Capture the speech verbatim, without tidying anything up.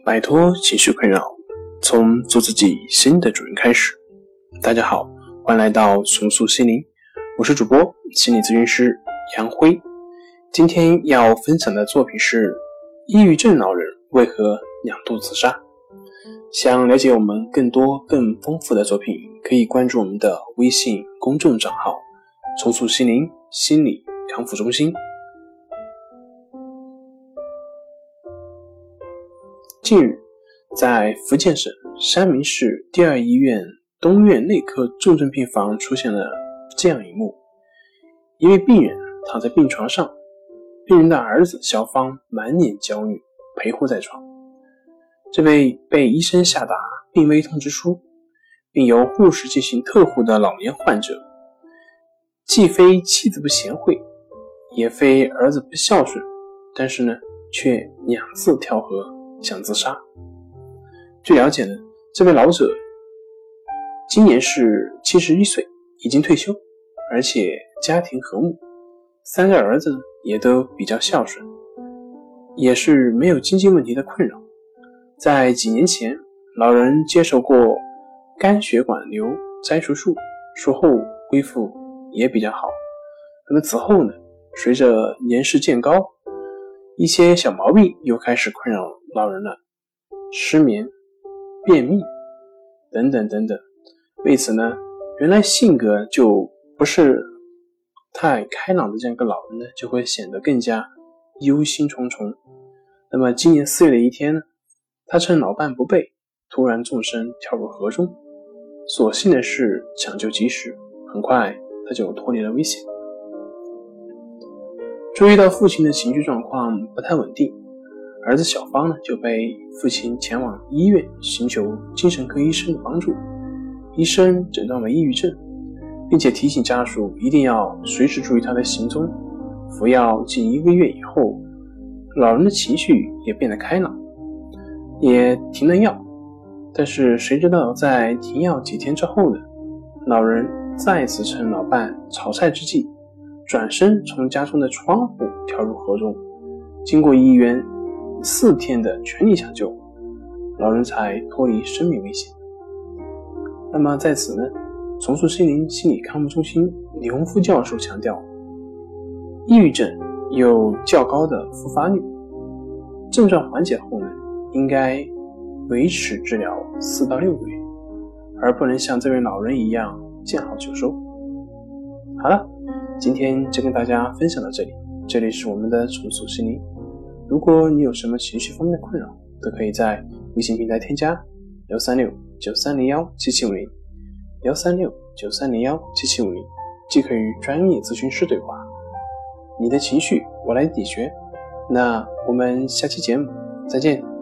摆脱情绪困扰，从做自己新的主人开始。大家好，欢迎来到重塑心灵，我是主播心理咨询师杨辉。今天要分享的作品是抑郁症老人为何两度自杀。想了解我们更多更丰富的作品，可以关注我们的微信公众账号重塑心灵心理康复中心。近日，在福建省山明市第二医院东院内科重症病房出现了这样一幕：一位病人躺在病床上，病人的儿子小芳满脸焦虑，陪护在床。这位被医生下达病危通知书，并由护士进行特护的老年患者，既非妻子不贤惠，也非儿子不孝顺，但是呢，却两次跳河想自杀。据了解呢，这位老者今年是七十一岁，已经退休，而且家庭和睦，三个儿子也都比较孝顺，也是没有经济问题的困扰。在几年前，老人接受过肝血管瘤摘除术，术后恢复也比较好。那么此后呢，随着年事渐高，一些小毛病又开始困扰老人了，失眠、便秘等等等等。为此呢，原来性格就不是太开朗的这样一个老人呢，就会显得更加忧心忡忡。那么今年四月的一天呢，他趁老伴不备，突然纵身跳入河中。所幸的是抢救及时，很快他就脱离了危险。注意到父亲的情绪状况不太稳定，儿子小芳呢就被父亲前往医院寻求精神科医生的帮助。医生诊断为抑郁症，并且提醒家属一定要随时注意他的行踪。服药近一个月以后，老人的情绪也变得开朗，也停了药。但是谁知道在停药几天之后呢，老人再次趁老伴炒菜之际，转身从家中的窗户跳入河中。经过医院四天的全力抢救，老人才脱离生命危险。那么在此呢，重塑心灵心理康复中心李洪夫教授强调，抑郁症有较高的复发率，症状缓解后呢，应该维持治疗四到六个月，而不能像这位老人一样见好就收。好了，今天就跟大家分享到这里，这里是我们的重塑心灵。如果你有什么情绪方面的困扰，都可以在微信平台添加一三六九三零一七七五零 一三六九三零一七七五零，即可与专业咨询师对话。你的情绪我来解决。那我们下期节目再见。